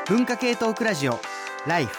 文化系トークラジオライフ。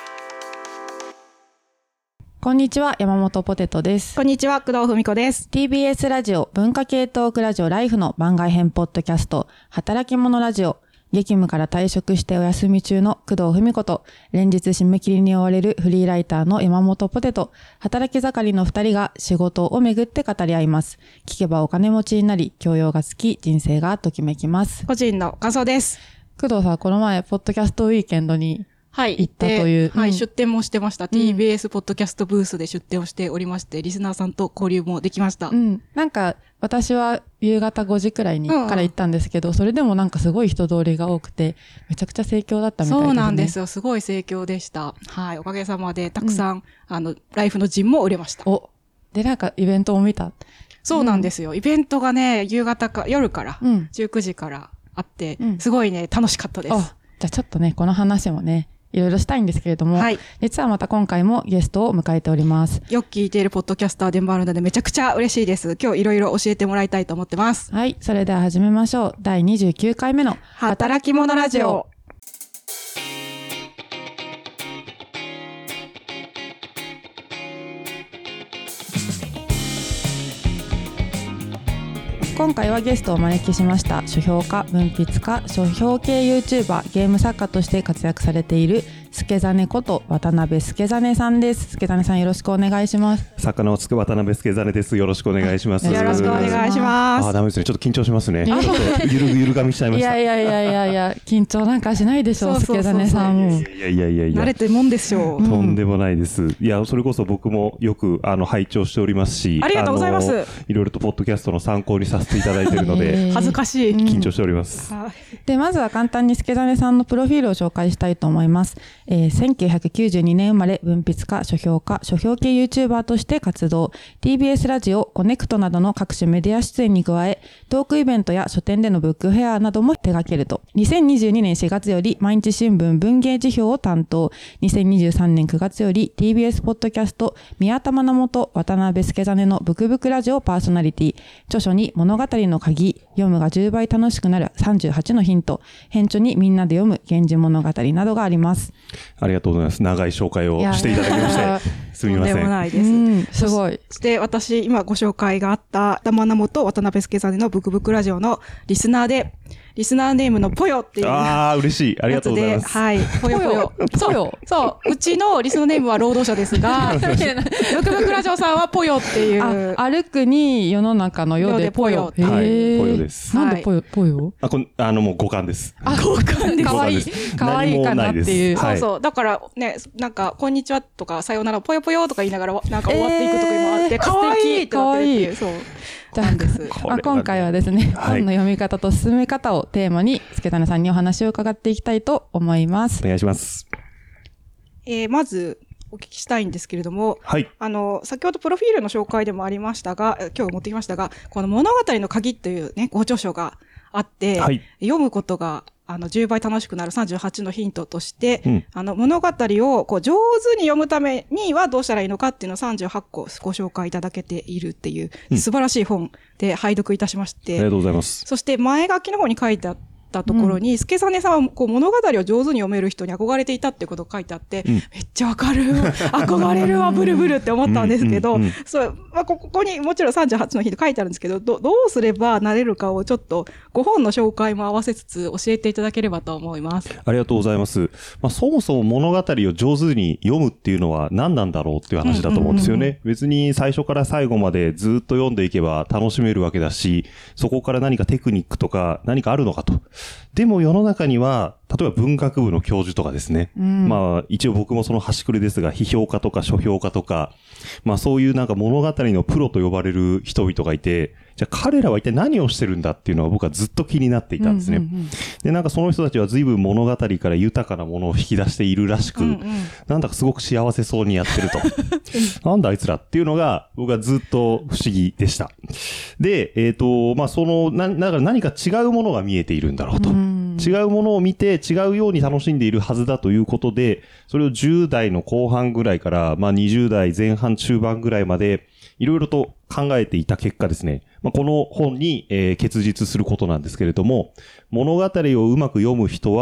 こんにちは、山本ポテトです。 こんにちは、工藤文子です。 TBS ラジオ文化系トークラジオライフの番外編ポッドキャスト働き者ラジオ。激務から退職してお休み中の工藤文子と、連日締め切りに追われるフリーライターの山本ポテト、働き盛りの2人が仕事をめぐって語り合います。聞けばお金持ちになり、教養がつき、人生がときめきます。 個人の感想です。 工藤さん、この前ポッドキャストウィーケンドに行ったという、 はい、出展もしてました。TBS ポッドキャストブースで出展をしておりまして、リスナーさんと交流もできました。 なんか私は夕方5時くらいにから行ったんですけど、それでもなんかすごい人通りが多くて、めちゃくちゃ盛況だったみたいですね。 そうなんですよ。すごい盛況でした。はい、おかげさまでたくさん、ライフのジンも売れました。 で、なんかイベントを見た。 そうなんですよ。イベントがね、夜から、19時からあって、すごいね、楽しかったです。 じゃあちょっとね、この話もね、いろいろしたいんですけれども、実はまた今回もゲストを迎えております。 よく聞いているポッドキャスターでもあるのでめちゃくちゃ嬉しいです。今日いろいろ教えてもらいたいと思ってます。 はい、それでは始めましょう。第29回目の働き者ラジオ。 今回はゲストをお招きしました。書評家、文筆家、書評系 YouTuber、ゲーム作家として活躍されている助真こと渡辺助真さんです。助真さん、よろしくお願いします。 作家の渡辺助真です。よろしくお願いします。 よろしくお願いします。 ダメですね。ちょっと緊張しますね。ちょっとゆるがみしちゃいました。 いや、緊張なんかしないでしょう、助真さんも。 いや。 慣れてるもんでしょう。 とんでもないです。いや、それこそ僕もよく拝聴しておりますし、 ありがとうございます。 いろいろとポッドキャストの参考にさせていただいているので、 恥ずかしい。 緊張しております。 で、まずは簡単に助真さんのプロフィールを紹介したいと思います。1992年生まれ、文筆家、書評家、書評系 YouTuber として活動。TBS ラジオ、コネクトなどの各種メディア出演に加え、トークイベントや書店でのブックフェアなども手掛けると。2022年4月より毎日新聞文芸辞表を担当。2023年9月より TBS ポッドキャスト、宮田真本渡辺助真のブクブクラジオパーソナリティ。著書に物語の鍵、読むが10倍楽しくなる38のヒント。編著にみんなで読む源氏物語などがあります。 ありがとうございます。長い紹介をしていただきまして、すみません。 とんでもないです。 すごい。 そして私、今ご紹介があった玉名本渡辺助真のブクブクラジオのリスナーで、リスナーネームのぽよっていう。 嬉しい。ありがとうございます。 はい。ぽよぽよ。そう。うちのリスナーネームは労働者ですが、ブクブクラジオさんはぽよっていう。 歩くに世の中の世でぽよ。 はい。ぽよです。 なんでぽよもう五感です。 五感です。 かわいいかなっていう。 そう。だからね、なんか、こんにちはとか、さようなら、ぽよぽよとか言いながら、なんか終わっていくとかもあって、かわいいってなってるっていう。そう。なんです。 今回はですね、本の読み方と進め方をテーマに、助真さんにお話を伺っていきたいと思います。 お願いします。 まず、お聞きしたいんですけれども、 はい。 先ほどプロフィールの紹介でもありましたが、今日持ってきましたが、この物語の鍵というね、ご著書があって、読むことが、10倍楽しくなる38のヒントとして、物語をこう上手に読むためにはどうしたらいいのかっていうのを38個ご紹介いただけているっていう、素晴らしい本で拝読いたしまして。 ありがとうございます。 そして前書きの方に書いてあったところに、助真さんはこう物語を上手に読める人に憧れていたっていうことが書いてあって、めっちゃわかる。憧れるわ、ブルブルって思ったんですけど、そう、ここにもちろん38のヒント書いてあるんですけど、どうすればなれるかをちょっとご本の紹介も合わせつつ教えていただければと思います。 ありがとうございます。そもそも物語を上手に読むっていうのは何なんだろうっていう話だと思うんですよね。別に最初から最後までずっと読んでいけば楽しめるわけだし、そこから何かテクニックとか何かあるのかと。でも世の中には、例えば文学部の教授とかですね。一応僕もその端くれですが、批評家とか書評家とか、そういうなんか物語のプロと呼ばれる人々がいて、じゃあ彼らは一体何をしてるんだっていうのは僕はずっと気になっていたんですね。で、なんかその人たちは随分物語から豊かなものを引き出しているらしく、なんだかすごく幸せそうにやってると。なんだあいつらっていうのが僕はずっと不思議でした。で、だから何か違うものが見えているんだろうと。違うものを見て違うように楽しんでいるはずだということで、それを10代の後半ぐらいから、20代前半中盤ぐらいまで、いろいろと考えていた結果ですね、この本に、結実することなんですけれども、物語をうまく読む人は、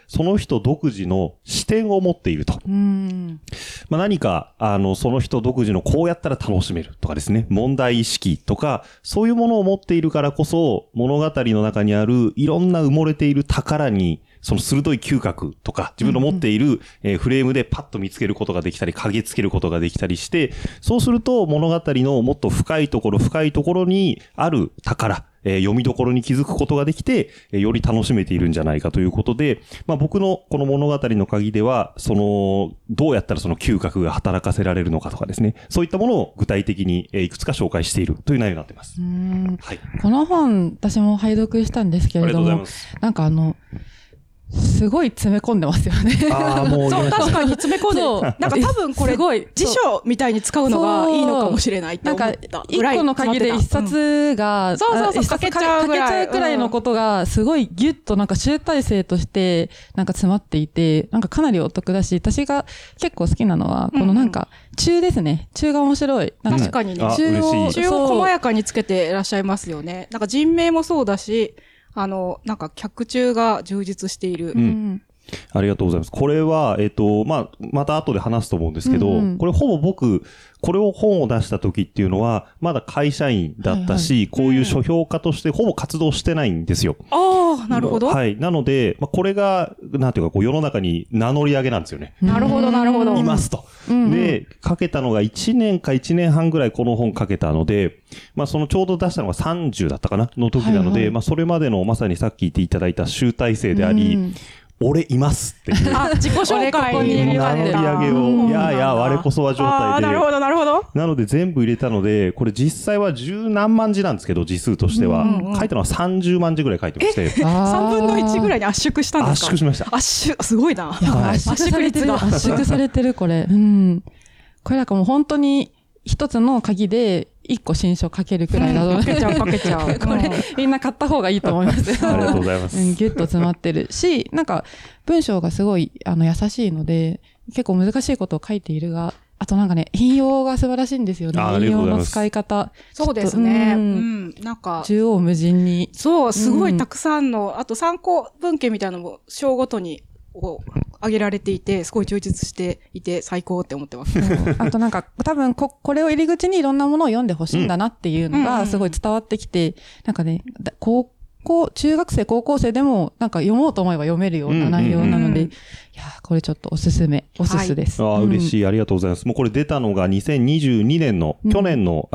その人独自の視点を持っていると。何か、その人独自のこうやったら楽しめるとかですね、問題意識とか、そういうものを持っているからこそ、物語の中にあるいろんな埋もれている宝に、その鋭い嗅覚とか、自分の持っている、フレームでパッと見つけることができたり、嗅ぎつけることができたりして、そうすると物語のもっと深いところにある宝、読みどころに気づくことができて、より楽しめているんじゃないかということで、僕のこの物語の鍵では、どうやったらその嗅覚が働かせられるのかとかですね、そういったものを具体的にいくつか紹介しているという内容になっています。 はい。この本、私も拝読したんですけれども、なんかすごい詰め込んでますよね。 そう、確かに詰め込んでる。なんか多分これ、辞書みたいに使うのがいいのかもしれないって思った。 なんか、一個の鍵で一冊が、 書けちゃうぐらいのことが、すごいギュッとなんか集大成として、なんか詰まっていて、なんかかなりお得だし、私が結構好きなのは、このなんか、中ですね。中が面白い。 確かにね。中を細やかにつけていらっしゃいますよね。なんか人名もそうだし、なんか脚注が充実している。 ありがとうございます。これは、また後で話すと思うんですけど、これほぼ僕、これを本を出した時っていうのは、まだ会社員だったし、こういう書評家としてほぼ活動してないんですよ。 なるほど。 はい。なので、これが、なんていうか、世の中に名乗り上げなんですよね。 なるほど、なるほど。 いますと。で、書けたのが1年か1年半ぐらいこの本書けたので、そのちょうど出したのが30だったかなの時なので、それまでのまさにさっき言っていただいた集大成であり、俺いますっていう。 自己紹介に名乗り上げを、我こそは状態で。 なるほど、なるほど。 なので全部入れたので、これ実際は10何万字なんですけど、字数としては。書いたのは30万字ぐらい書いてまして。 3分の1ぐらいに圧縮したんですか？ 圧縮しました。 すごいな。 圧縮率が。圧縮されてる、これ。これなんかもう本当に一つの鍵で一個新書書けるくらいだと。 書けちゃう。 これ、みんな買った方がいいと思います。 ありがとうございます。 ギュッと詰まってるし、なんか文章がすごい優しいので、結構難しいことを書いているが、あとなんかね、引用が素晴らしいんですよね。引用の使い方。 そうですね。なんか。 縦横無尽に。 そう、すごいたくさんの、あと参考文献みたいなのも章ごとに挙げられていて、すごい充実していて最高って思ってます。 あとなんか多分これを入り口にいろんなものを読んでほしいんだなっていうのがすごい伝わってきて、なんかね、中学生、高校生でもなんか読もうと思えば読めるような内容なので、いやこれちょっとおすすです。 嬉しい、ありがとうございます。もうこれ出たのが2022年の、去年の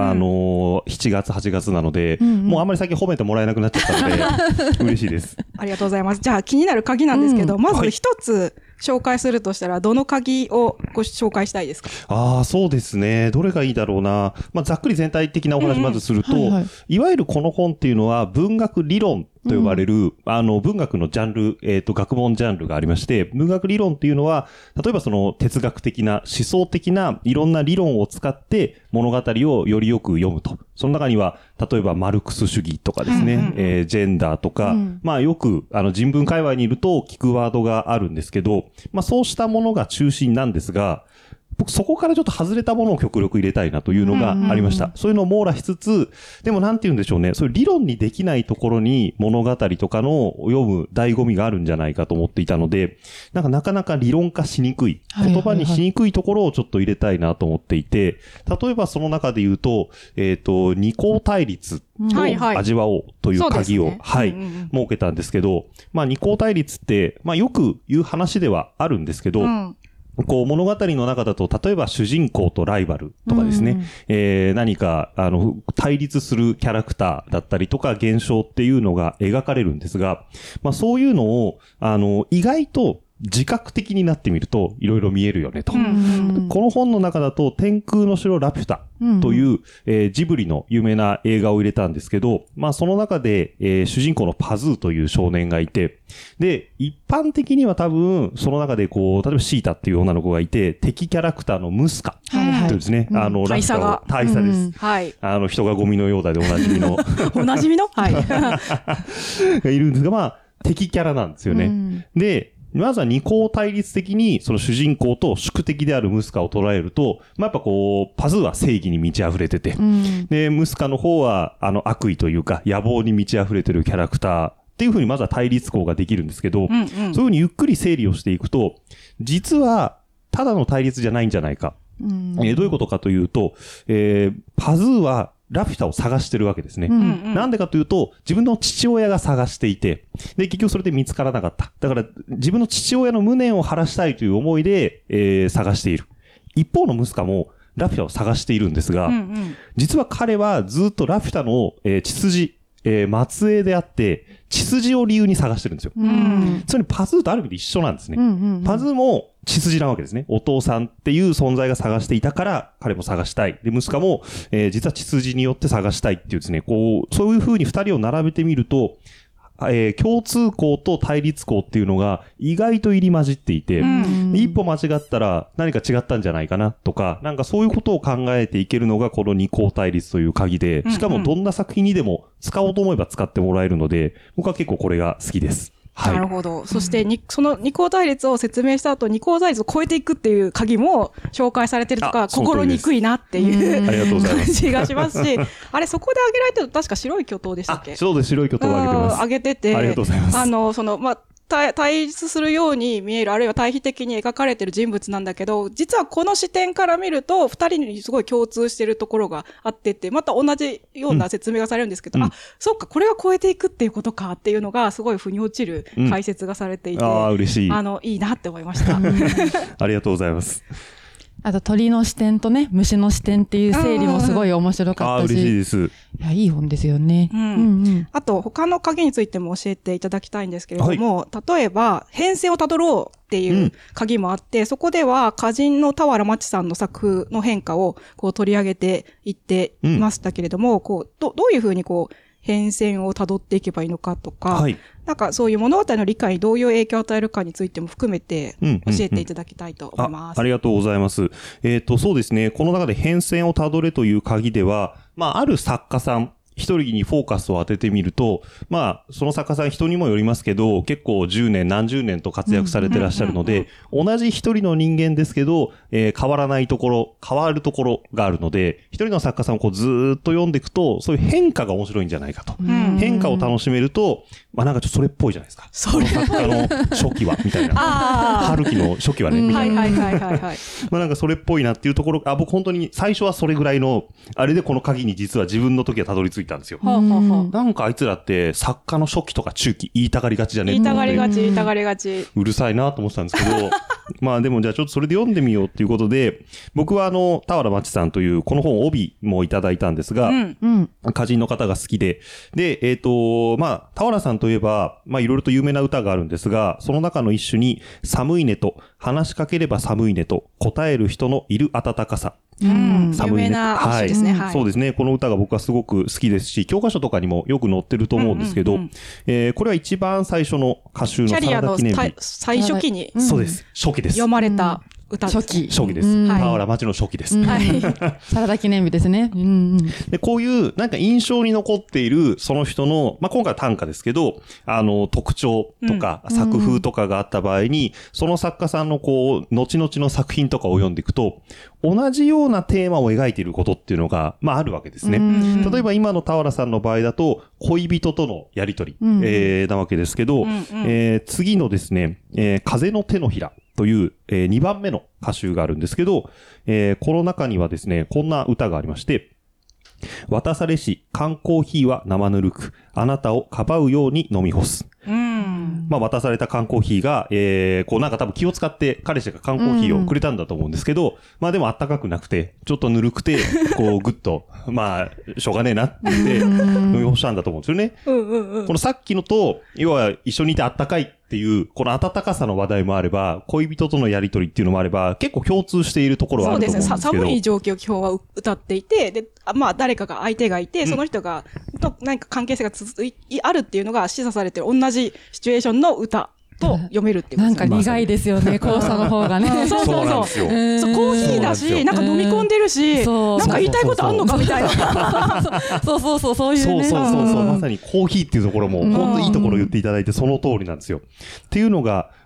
7月、8月なので、もうあんまり最近褒めてもらえなくなっちゃったので、嬉しいです。 ありがとうございます。じゃあ気になる鍵なんですけど、まず一つ紹介するとしたら、どの鍵をご紹介したいですか？ そうですね。どれがいいだろうな。ざっくり全体的なお話まずすると、いわゆるこの本っていうのは文学理論と呼ばれる、文学のジャンル、学問ジャンルがありまして、文学理論っていうのは、例えばその哲学的な、思想的ないろんな理論を使って物語をよりよく読むと。その中には、例えばマルクス主義とかですね、ジェンダーとか、よく人文界隈にいると聞くワードがあるんですけど、そうしたものが中心なんですが、僕そこからちょっと外れたものを極力入れたいなというのがありました。そういうのを網羅しつつ、でもなんて言うんでしょうね。そういう理論にできないところに物語とかの読む醍醐味があるんじゃないかと思っていたので、なかなか理論化しにくい、言葉にしにくいところをちょっと入れたいなと思っていて、例えばその中で言うと、二項対立を味わおうという鍵を、設けたんですけど、二項対立って、よく言う話ではあるんですけど、物語の中だと、例えば主人公とライバルとかですね、何か、対立するキャラクターだったりとか現象っていうのが描かれるんですが、そういうのを、意外と自覚的になってみるといろいろ見えるよねと。この本の中だと天空の城ラピュタという、ジブリの有名な映画を入れたんですけど、その中で、主人公のパズーという少年がいて、で、一般的には多分その中で例えばシータっていう女の子がいて、敵キャラクターのムスカというですね、ラピュタを大佐です。人がゴミのようだでおなじみの。 おなじみのがいるんですが、敵キャラなんですよね。で、まずは二項対立的にその主人公と宿敵であるムスカを捉えると、やっぱパズーは正義に満ち溢れてて、で、ムスカの方は悪意というか野望に満ち溢れてるキャラクターっっていうふうにまずは対立項ができるんですけど、 うんうん、 そういうふうにゆっくり整理をしていくと、実はただの対立じゃないんじゃないか。どういうことかというと、パズーはラピュタを探してるわけですね。なんでかというと、自分の父親が探していて、で、結局それで見つからなかった。だから、自分の父親の無念を晴らしたいという思いで、探している。一方のムスカも、ラピュタを探しているんですが、実は彼はずっとラピュタの、血筋、末裔であって、血筋を理由に探してるんですよ。つまりパズーとある意味で一緒なんですね。パズーも血筋なわけですね。お父さんっていう存在が探していたから、彼も探したい。で、息子も、実は血筋によって探したいっていうですね、そういう風に二人を並べてみると、共通項と対立項っていうのが意外と入り混じっていて、一歩間違ったら何か違ったんじゃないかなとか、なんかそういうことを考えていけるのがこの二項対立という鍵で、しかもどんな作品にでも使おうと思えば使ってもらえるので、僕は結構これが好きです。はい、 なるほど。そして、その二項対立を説明した後、二項対立を超えていくっていう鍵も紹介されてるとか、心にくいなっていう感じがしますし、あれ、そこで挙げられてると確か白い巨塔でしたっけ？ そうです、白い巨塔を挙げてます。 挙げてて、 ありがとうございます。 対立するように見える、あるいは対比的に描かれてる人物なんだけど、実はこの視点から見ると、二人にすごい共通してるところがあってて、また同じような説明がされるんですけど、そっか、これが超えていくっていうことかっていうのが、すごい腑に落ちる解説がされていて、 嬉しい。 いいなって思いました。 ありがとうございます。 あと鳥の視点とね、虫の視点っていう整理もすごい面白かったし。 嬉しいです。 いや、いい本ですよね。 あと、他の鍵についても教えていただきたいんですけれども、例えば、変遷をたどろうっていう鍵もあって、そこでは歌人の俵真知さんの作風の変化を取り上げていっていましたけれども、どういうふうに変遷をたどっていけばいいのかとか、なんかそういう物語の理解にどういう影響を与えるかについても含めて教えていただきたいと思います。 ありがとうございます。そうですね。この中で変遷をたどれという鍵では、ある作家さん、一人にフォーカスを当ててみると、その作家さん人にもよりますけど、結構10年、何十年と活躍されてらっしゃるので、同じ一人の人間ですけど、変わらないところ、変わるところがあるので、一人の作家さんをずーっと読んでいくと、そういう変化が面白いんじゃないかと。変化を楽しめると、なんかちょっとそれっぽいじゃないですか。その作家の初期は、みたいな。春樹の初期はね、みたいな。なんかそれっぽいなっていうところ、僕本当に最初はそれぐらいの、あれでこの鍵に実は自分の時はたどり着いたんですよ。なんかあいつらって作家の初期とか中期言いたがりがちじゃねえって。 言いたがりがち。 うるさいなと思ってたんですけど、でもじゃあちょっとそれで読んでみようっていうことで、僕は俵真知さんというこの本帯もいただいたんですが、歌人の方が好きで、で、俵さんといえば、いろいろと有名な歌があるんですが、その中の一種に、寒いねと、話しかければ寒いねと、答える人のいる温かさ。 有名な歌詞ですね。 そうですね。この歌が僕はすごく好きですし、教科書とかにもよく載ってると思うんですけど、これは一番最初の歌集のサラダ記念日。 キャリアの最初期に。 そうです。初期です。 読まれた歌です。 初期です。俵真知の初期です。 サラダ記念日ですね。 で、こういうなんか印象に残っているその人の、今回は短歌ですけど、特徴とか作風とかがあった場合に、その作家さんの後々の作品とかを読んでいくと、同じようなテーマを描いていることっていうのが、あるわけですね。例えば今の俵さんの場合だと、恋人とのやりとり、なわけですけど、次のですね、風の手のひらという、2番目の歌集があるんですけど、この中にはですね、こんな歌がありまして、渡されし缶コーヒーは生ぬるく、あなたをかばうように飲み干す。渡された缶コーヒーが、なんか多分気を使って彼氏が缶コーヒーをくれたんだと思うんですけど、でもあったかくなくて、ちょっとぬるくて、ぐっと、しょうがねえなって言って飲み干したんだと思うんですよね。このさっきのと、要は一緒にいてあったかいっていう、この温かさの話題もあれば、恋人とのやりとりっていうのもあれば、結構共通しているところはあると思うんですけど。 そうですね。寒い状況を基本は歌っていて、で、誰かが相手がいて、その人が、何か関係性があるっていうのが示唆されてる同じシチュエーションの歌と読めるっていうことですね。 なんか苦いですよね、後者の方がね。 そう。コーヒーだし、なんか飲み込んでるし、なんか言いたいことあんのかみたいな。 そういうね。 まさにコーヒーっていうところも、本当にいいところを言っていただいて、その通りなんですよ。っていうのが、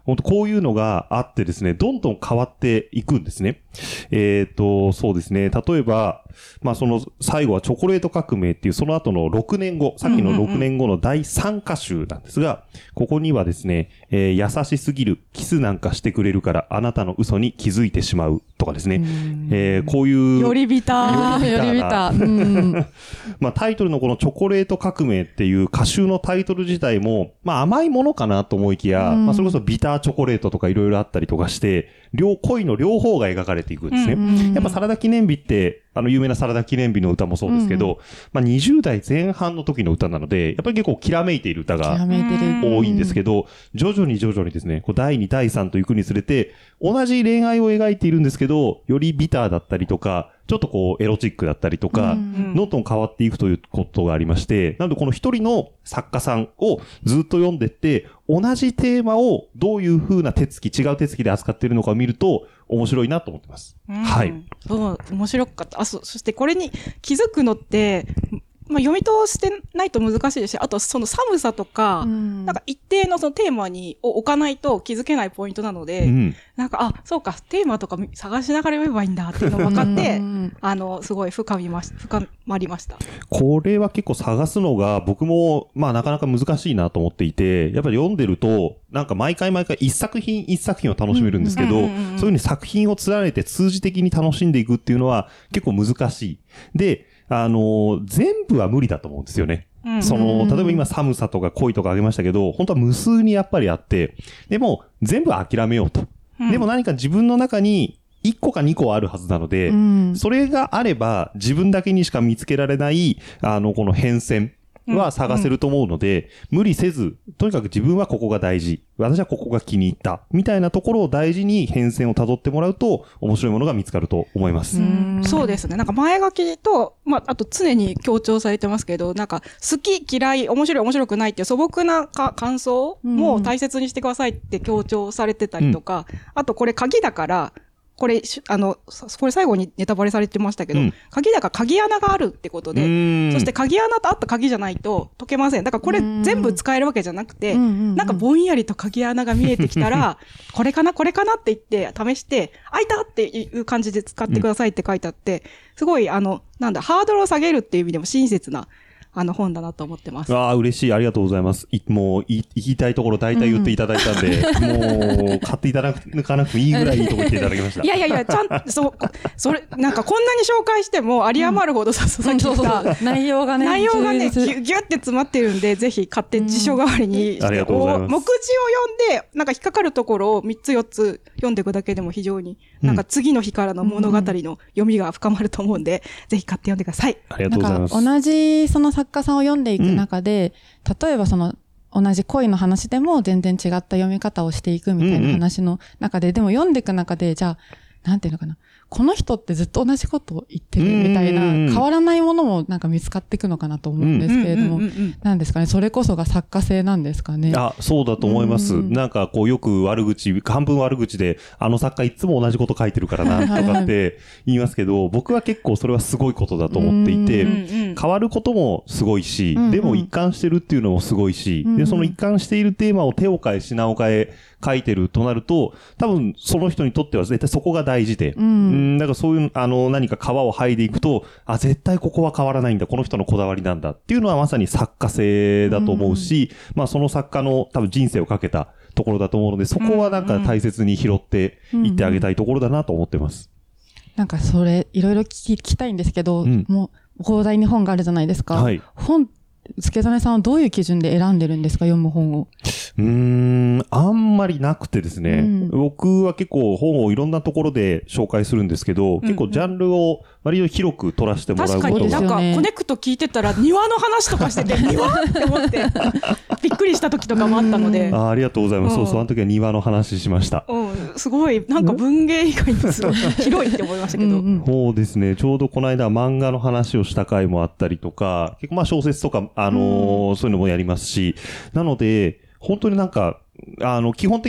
本当こういうのがあってですね、どんどん変わっていくんですね。そうですね。例えば、その最後はチョコレート革命っていうその後の6年後、さっきの6年後の第3歌集なんですが、ここにはですね、優しすぎる、キスなんかしてくれるからあなたの嘘に気づいてしまうとかですね。こういう。 よりビター。 タイトルのこのチョコレート革命っていう歌集のタイトル自体も、甘いものかなと思いきや、それこそビターチョコレートとかいろいろあったりとかして、恋の両方が描かれていくんですね。やっぱサラダ記念日って、有名なサラダ記念日の歌もそうですけど、20代前半の時の歌なので、やっぱり結構きらめいている歌が多いんですけど、徐々にですね、第2、第3と行くにつれて、同じ恋愛を描いているんですけど、よりビターだったりとか、ちょっとエロチックだったりとか、どんどん変わっていくということがありまして、なのでこの一人の作家さんをずっと読んでって、同じテーマをどういう風な違う手つきで扱っているのかを見ると面白いなと思ってます。はい。 そう、面白かった。そしてこれに気づくのって、読み通してないと難しいですし、あとその寒さとか、なんか一定のそのテーマを置かないと気づけないポイントなので、なんか、そうか、テーマとか探しながら読めばいいんだっていうのが分かって、すごい深まりました。 これは結構探すのが僕も、なかなか難しいなと思っていて、やっぱり読んでると、なんか毎回一作品一作品を楽しめるんですけど、そういうふうに作品を連ねて通じ的に楽しんでいくっていうのは結構難しい。で、全部は無理だと思うんですよね。例えば今寒さとか恋とかあげましたけど、本当は無数にやっぱりあって、でも全部諦めようと。でも何か自分の中に1個か2個あるはずなので、それがあれば自分だけにしか見つけられない、この変遷は探せると思うので、無理せず、とにかく自分はここが大事。私はここが気に入った。みたいなところを大事に変遷を辿ってもらうと、面白いものが見つかると思います。 そうですね。なんか前書きと、あと常に強調されてますけど、なんか好き、嫌い、面白い、面白くないっていう素朴な感想も大切にしてくださいって強調されてたりとか、あとこれ鍵だから、これ最後にネタバレされてましたけど、鍵だから鍵穴があるってことで、そして鍵穴とあった鍵じゃないと解けません。だからこれ全部使えるわけじゃなくて、なんかぼんやりと鍵穴が見えてきたら、これかなって言って試して、開いたっていう感じで使ってくださいって書いてあって、すごいハードルを下げるっていう意味でも親切な本だなと思ってます。 嬉しい。ありがとうございます。もう、言いたいところ大体言っていただいたんで、もう、買っていただかなくていいぐらいいいとこ言っていただきました。 いや、ちゃんと、それ、なんかこんなに紹介しても、有り余るほどさっき言った内容がね、 ギュッて詰まってるんで、ぜひ買って辞書代わりにして、 ありがとうございます。 目次を読んで、なんか引っかかるところを3つ4つ読んでいくだけでも非常に、なんか次の日からの物語の読みが深まると思うんで、ぜひ買って読んでください。 ありがとうございます。 同じその作家さんを読んでいく中で、例えば同じ恋の話でも全然違った読み方をしていくみたいな話の中で、でも読んでいく中で、じゃあ、なんていうのかな。この人ってずっと同じことを言ってるみたいな、変わらないものもなんか見つかっていくのかなと思うんですけれども、なんですかね、それこそが作家性なんですかね。 そうだと思います。なんかよく半分悪口で、作家いつも同じこと書いてるからな、とかって言いますけど、僕は結構それはすごいことだと思っていて、変わることもすごいし、でも一貫してるっていうのもすごいし、で、その一貫しているテーマを手を変え品を変え書いてるとなると、多分その人にとっては絶対そこが大事で、だからそういう、何か皮を剥いでいくと、絶対ここは変わらないんだ、この人のこだわりなんだっていうのはまさに作家性だと思うし、その作家の多分人生をかけたところだと思うので、そこはなんか大切に拾っていってあげたいところだなと思ってます。 なんかそれ、いろいろ聞きたいんですけど、もう、広大に本があるじゃないですか。助真さんはどういう基準で選んでるんですか、読む本を。 あんまりなくてですね、僕は結構本をいろんなところで紹介するんですけど、結構ジャンルを割と広く取らせてもらうことが。 確かになんかコネクト聞いてたら庭の話とかしてて、庭って思ってびっくりした時とかもあったので。 ありがとうございます。そう、その時は庭の話しました。 すごい、なんか文芸以外にすごい広いって思いましたけど。 そうですね、ちょうどこの間漫画の話をした回もあったりとか、結構小説とか、そういうのもやりますし、なので、本当になんか、基本的に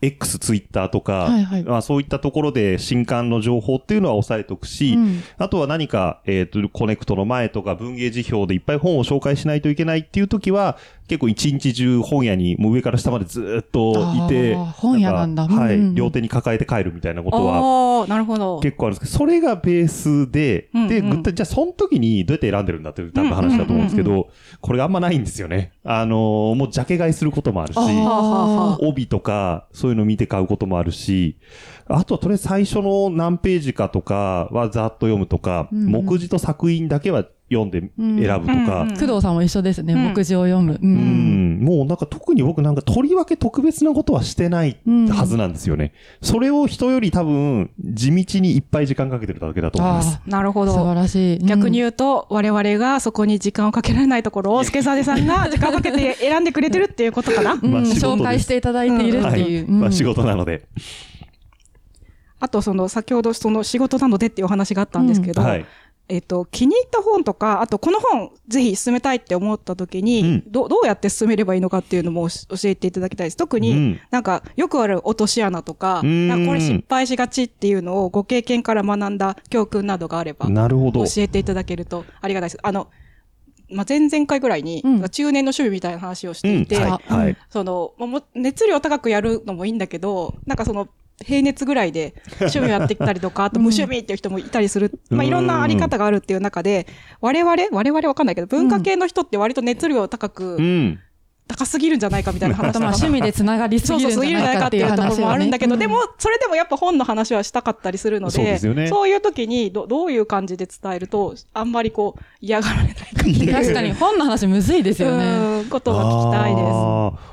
X、ツイッターとか、 はいはい、 まあそういったところで新刊の情報っていうのは押さえておくし、あとは何か、コネクトの前とか文芸辞表でいっぱい本を紹介しないといけないっていう時は、結構一日中本屋にもう上から下までずっといて、 本屋なんだ。 はい、両手に抱えて帰るみたいなことは、 なるほど。 結構あるんですけど、それがベースで、で、じゃあその時にどうやって選んでるんだっていう話だと思うんですけど、これがあんまないんですよね。もうジャケ買いすることもあるし、帯とか、そういうの見て買うこともあるし、あとはとりあえず最初の何ページかとかはざっと読むとか、目次と作品だけは読んで選ぶとか。 工藤さんも一緒ですね、目次を読む。 もうなんか特に僕なんかとりわけ特別なことはしてないはずなんですよね。それを人より多分地道にいっぱい時間かけてるだけだと思います。 なるほど。 素晴らしい。 逆に言うと、我々がそこに時間をかけられないところを、助真さんが時間をかけて選んでくれてるっていうことかな。 紹介していただいているっていう。 まあ仕事なので。 あと先ほど仕事なのでっていうお話があったんですけど、気に入った本とか、あとこの本ぜひ進めたいって思った時に、どうやって進めればいいのかっていうのも教えていただきたいです。特になんかよくある落とし穴とか、なんかこれ失敗しがちっていうのをご経験から学んだ教訓などがあれば、教えていただけるとありがたいです。まあ、前々回ぐらいに、中年の趣味みたいな話をしていて、熱量高くやるのもいいんだけど、なんか平熱ぐらいで趣味をやってきたりとか、あと無趣味っていう人もいたりする。まあいろんなあり方があるっていう中で、我々わかんないけど、文化系の人って割と熱量高すぎるんじゃないかみたいな話とか。 趣味でつながりすぎるんじゃないかっていうところもあるんだけど、でも、それでもやっぱ本の話はしたかったりするので、そういう時にどういう感じで伝えると、あんまり嫌がられないかっていう。 確かに本の話むずいですよね。 ことが聞きたいです。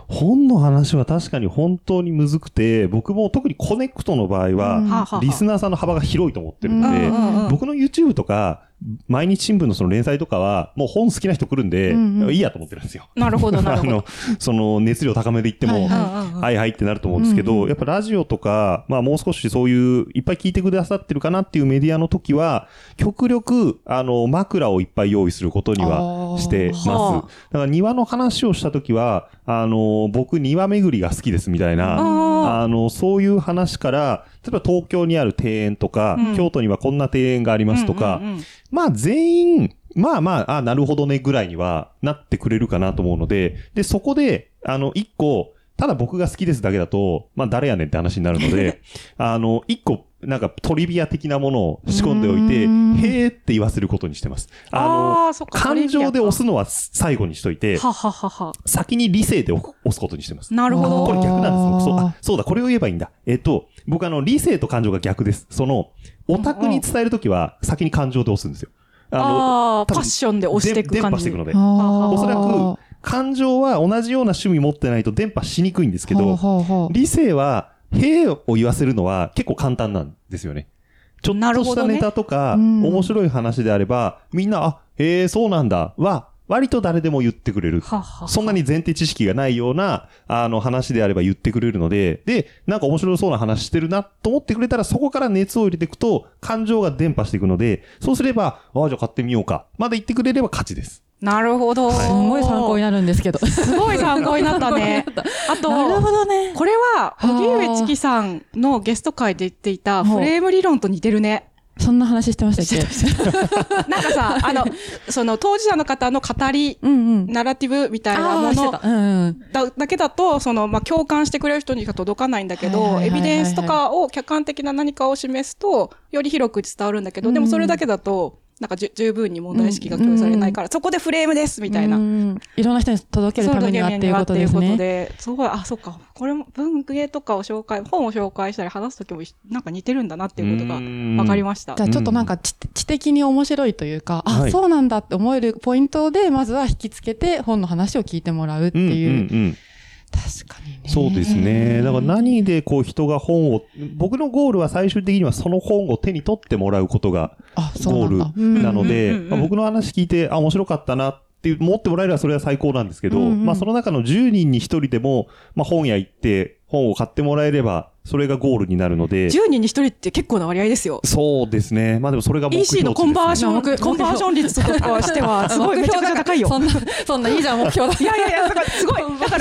本の話は確かに本当にむずくて、僕も特にコネクトの場合は、リスナーさんの幅が広いと思ってるので、僕の YouTube とか、毎日新聞のその連載とかは、もう本好きな人来るんで、いいやと思ってるんですよ。 なるほど、なるほど。 その熱量高めで言っても、はいはいってなると思うんですけど、やっぱラジオとか、まあもう少しそういう、いっぱい聞いてくださってるかなっていうメディアの時は、極力、枕をいっぱい用意することにはしてます。だから庭の話をした時は、僕庭巡りが好きですみたいな、そういう話から、例えば東京にある庭園とか、京都にはこんな庭園がありますとか、まあ全員、なるほどねぐらいにはなってくれるかなと思うので、で、そこで、一個、ただ僕が好きですだけだと、まあ誰やねんって話になるので、一個、なんかトリビア的なものを仕込んでおいて、へーって言わせることにしてます。感情で押すのは最後にしといて、先に理性で押すことにしてます。 なるほど。 これ逆なんですよ。そうだ、これを言えばいいんだ。僕理性と感情が逆です。オタクに伝えるときは先に感情で押すんですよ。 パッションで押していく感じ。 伝播していくので。おそらく、感情は同じような趣味持ってないと伝播しにくいんですけど、理性は、へーを言わせるのは結構簡単なんですよね。ちょっとしたネタとか、面白い話であれば、みんな、そうなんだ、割と誰でも言ってくれる。そんなに前提知識がないような、話であれば言ってくれるので、で、なんか面白そうな話してるなと思ってくれたら、そこから熱を入れていくと、感情が伝播していくので、そうすれば、じゃあ買ってみようか。まで言ってくれれば勝ちです。 なるほど。 すごい参考になるんですけど。 すごい参考になったね。あと、 なるほどね。 これは、荻上チキさんのゲスト会で言っていたフレーム理論と似てるね。 そんな話してましたっけ？ なんかさ、当事者の方の語り、ナラティブみたいなものだけだと、共感してくれる人にしか届かないんだけど、エビデンスとかを客観的な何かを示すと、より広く伝わるんだけど、でもそれだけだと、なんか十分に問題意識が共有されないから、そこでフレームですみたいな。 いろんな人に届けるためにはっていうことですね。 すごい、そうか。これも文芸とかを本を紹介したり話すときもなんか似てるんだなっていうことが分かりました。 じゃあちょっとなんか知的に面白いというか、そうなんだって思えるポイントで、まずは引きつけて本の話を聞いてもらうっていう。確かにね。 そうですね。だから何で人が本を、僕のゴールは最終的にはその本を手に取ってもらうことがゴールなので、僕の話聞いて、面白かったなって思ってもらえればそれは最高なんですけど、その中の10人に1人でも、本屋行って本を買ってもらえれば、それがゴールになるので。 10人に1人って結構な割合ですよ。 そうですね。でもそれが目標値ですね。 EC のコンバーション率とかしては、すごいめちゃくちゃ高いよ。 そんないいじゃん、目標だ。 いや、すごい。だから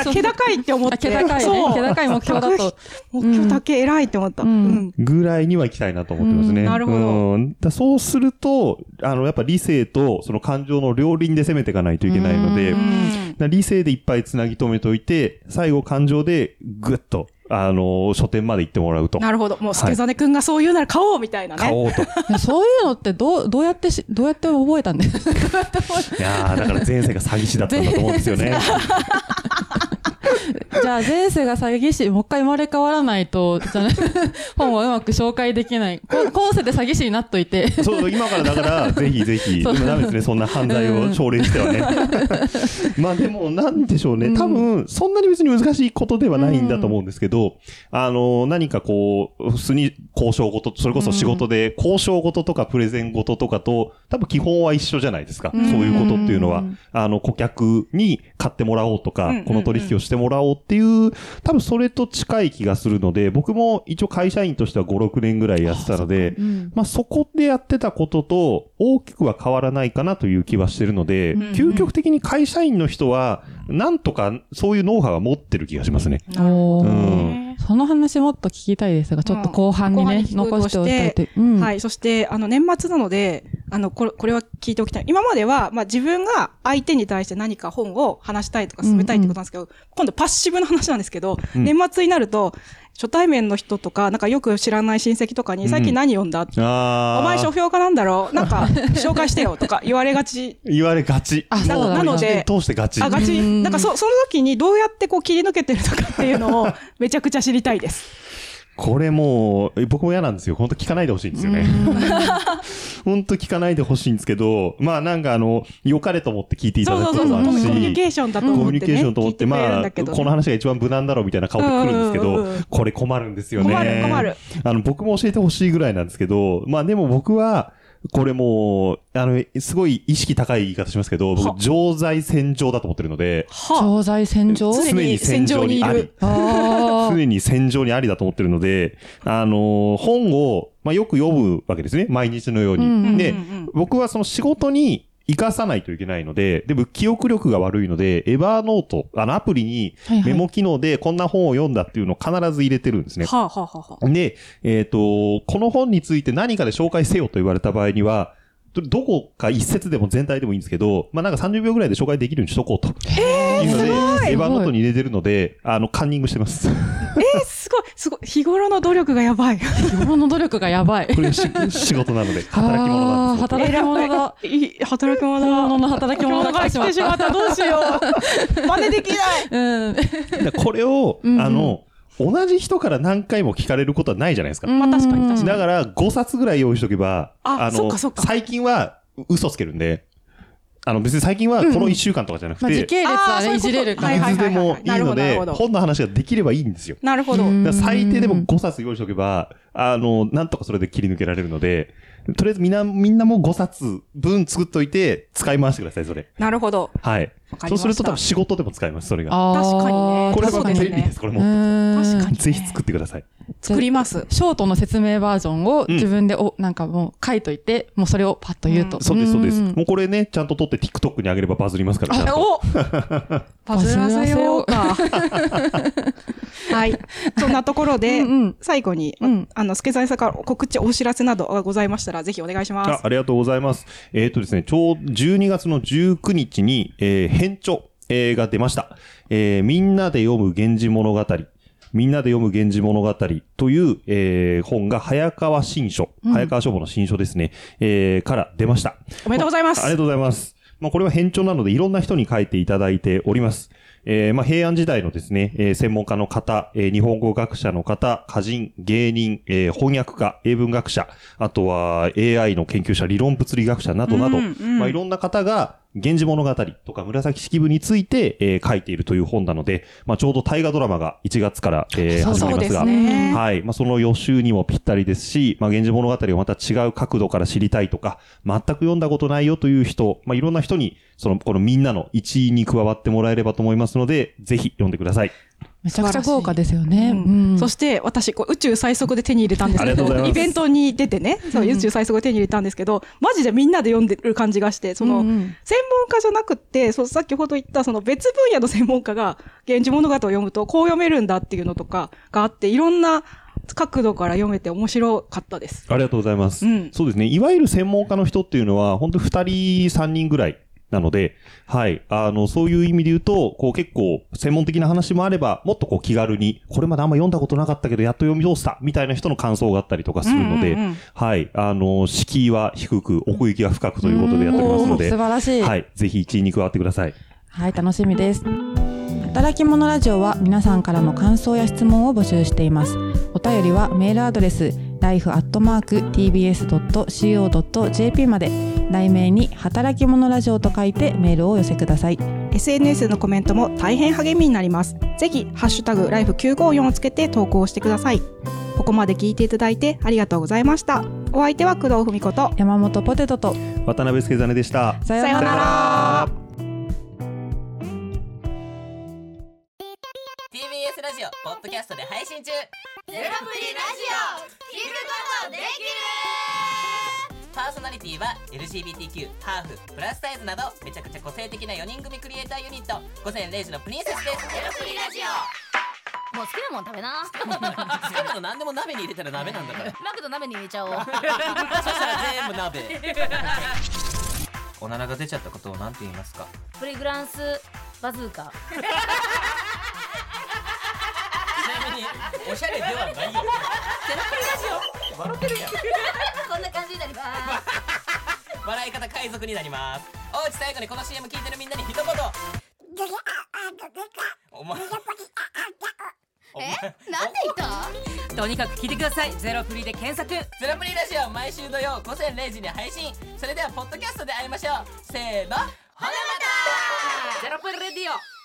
気高いって思って。 気高いね。気高い目標だと。 目標高い、偉いって思った。 ぐらいには行きたいなと思ってますね。 なるほど。 そうすると、やっぱ理性とその感情の両輪で攻めていかないといけないので、理性でいっぱいつなぎ止めといて、最後感情でぐっと、書店まで行ってもらうと。 なるほど。もう、助真くんがそう言うなら買おうみたいなね。 買おうと。 そういうのってどうやって覚えたんですか？ いやだから前世が詐欺師だったんだと思うんですよね。 じゃあ前世が詐欺師、もう一回生まれ変わらないと、本をうまく紹介できない。今世で詐欺師になっといて。 そう、今からだから、ぜひぜひ、ダメですね、そんな犯罪を奨励してはね。まあでも、なんでしょうね。多分、そんなに別に難しいことではないんだと思うんですけど、何かこう、普通に交渉事、それこそ仕事で、交渉事とかプレゼン事とかと、多分基本は一緒じゃないですか。そういうことっていうのは、顧客に買ってもらおうとか、この取引をしてもらおうっていう、多分それと近い気がするので、僕も一応会社員としては5、6年ぐらいやってたので、まあそこでやってたことと大きくは変わらないかなという気はしてるので、究極的に会社員の人は、なんとかそういうノウハウは持ってる気がしますね。 その話もっと聞きたいですが、ちょっと後半にね、残しておきたいと。 はい。そして、年末なので、これは聞いておきたい。今までは、まあ自分が相手に対して何か本を話したいとか進めたいってことなんですけど、今度パッシブな話なんですけど、年末になると、初対面の人とか、なんかよく知らない親戚とかに、最近何読んだ、お前書評家なんだろうなんか、紹介してよとか言われがち。 言われがち。 なので、 通してガチ。 ガチ。なんかその時にどうやってこう切り抜けてるのかっていうのを、めちゃくちゃ知りたいです。 これもう、僕も嫌なんですよ。本当聞かないでほしいんですよね。本当聞かないでほしいんですけど、まあなんか良かれと思って聞いていただくこともあるし、 コミュニケーションだと思って、ね、 コミュニケーションと思って、まあ、この話が一番無難だろうみたいな顔で来るんですけど、これ困るんですよね。 困る。 僕も教えてほしいぐらいなんですけど、まあでも僕は、これもう、すごい意識高い言い方しますけど、僕、常在戦場だと思ってるので。 常在戦場？ 常に戦場にあり。 常に戦場にありだと思ってるので、本を、まあ、よく読むわけですね。毎日のように。で、僕はその仕事に活かさないといけないので、でも記憶力が悪いので、エバーノート、アプリにメモ機能でこんな本を読んだっていうのを必ず入れてるんですね。で、この本について何かで紹介せよと言われた場合には、どこか一節でも全体でもいいんですけど、まあ、なんか30秒ぐらいで紹介できるようにしとこうと。いうので、エヴァノートに入れてるので、カンニングしてます。 すごい。日頃の努力がやばい。 日頃の努力がやばい。 これ仕事なので、働き者なんです。 働き者だ。 働き者だ。 働き者だ。 来てしまった。どうしよう。真似できない。 これを、同じ人から何回も聞かれることはないじゃないですか。 まあ確かに。 だから5冊ぐらい用意しとけば、最近は嘘つけるんで、別に最近はこの1週間とかじゃなくて、 時系列はね、いじれるから。 いつでもいいので、本の話ができればいいんですよ。 なるほど。 最低でも5冊用意しとけば、なんとかそれで切り抜けられるので、とりあえずみんなも5冊分作っといて、使い回してください、それ。 なるほど。 はい。そうすると多分仕事でも使えます、それが。 確かにね。 これは便利です、これも。 確かに。 ぜひ作ってください。 作ります。 ショートの説明バージョンを自分でなんかもう書いといて、もうそれをパッと言うと。 そうです、そうです。もうこれね、ちゃんと撮って TikTok に上げればバズりますから。 バズらせようか。はい。そんなところで、最後に、助さんから告知、お知らせなどがございましたら、ぜひお願いします。 ありがとうございます。ですね、ちょうど12月の19日に、編著、が出ました。みんなで読む源氏物語。みんなで読む源氏物語という、本が早川新書、早川書房の新書ですね、から出ました。 おめでとうございます。 ありがとうございます。まあ、これは編著なのでいろんな人に書いていただいております。まあ、平安時代のですね、専門家の方、日本語学者の方、歌人、芸人、翻訳家、英文学者、あとは AI の研究者、理論物理学者などなど、まあ、いろんな方が、源氏物語とか紫式部について、書いているという本なので、まあ、ちょうど大河ドラマが1月から、始まりますが、はい。まあ、その予習にもぴったりですし、まあ、源氏物語をまた違う角度から知りたいとか、全く読んだことないよという人、まあ、いろんな人に、このみんなの一員に加わってもらえればと思いますので、ぜひ読んでください。 めちゃくちゃ豪華ですよね。 そして私宇宙最速で手に入れたんですけど、イベントに出てね、そう宇宙最速で手に入れたんですけど、マジでみんなで読んでる感じがして、専門家じゃなくって、さっきほど言ったその別分野の専門家が源氏物語を読むとこう読めるんだっていうのとかがあって、いろんな角度から読めて面白かったです。 ありがとうございます。そうですね。いわゆる専門家の人っていうのは本当2人3人ぐらいなので、はい。そういう意味で言うと、結構専門的な話もあれば、もっと気軽に、これまであんま読んだことなかったけど、やっと読み通したみたいな人の感想があったりとかするので、はい。敷居は低く、奥行きは深くということでやっておりますので、 素晴らしい。 はい。ぜひ1位に加わってください。 はい、楽しみです。働き者ラジオは皆さんからの感想や質問を募集しています。お便りはメールアドレス life@tbs.co.jp まで、題名に働き者ラジオと書いてメールをお寄せください。 SNS のコメントも大変励みになります。ぜひハッシュタグライフ954をつけて投稿してください。ここまで聞いていただいてありがとうございました。お相手は工藤文子と山本ポテトと渡辺助真でした。 さようなら。 TBS ラジオポッドキャストで配信中。 ゼロプリラジオ聞くことできる。 パーソナリティは LGBTQ、ハーフ、プラスサイズなどめちゃくちゃ個性的な4人組クリエイターユニット午前0時のプリンセスです。 ゼロプリラジオもう好きなもん食べな。 好きなの何でも鍋に入れたら鍋なんだから。 マクド鍋に入れちゃおう。 そしたら全部鍋。おならが出ちゃったことを何て言いますか？ プリグランスバズーカ。 ちなみにおしゃれではないよ。ゼロプリラジオ笑ってるやん。 こんな感じになります。 笑い方海賊になります。おうち最後にこの CM 聞いてるみんなに一言。お前なんで言った？ とにかく聞いてください。ゼロプリで検索。 ゼロプリラジオ毎週土曜午前0時に配信。それではポッドキャストで会いましょう。せーの、ほなまた。 ゼロプリレディオ。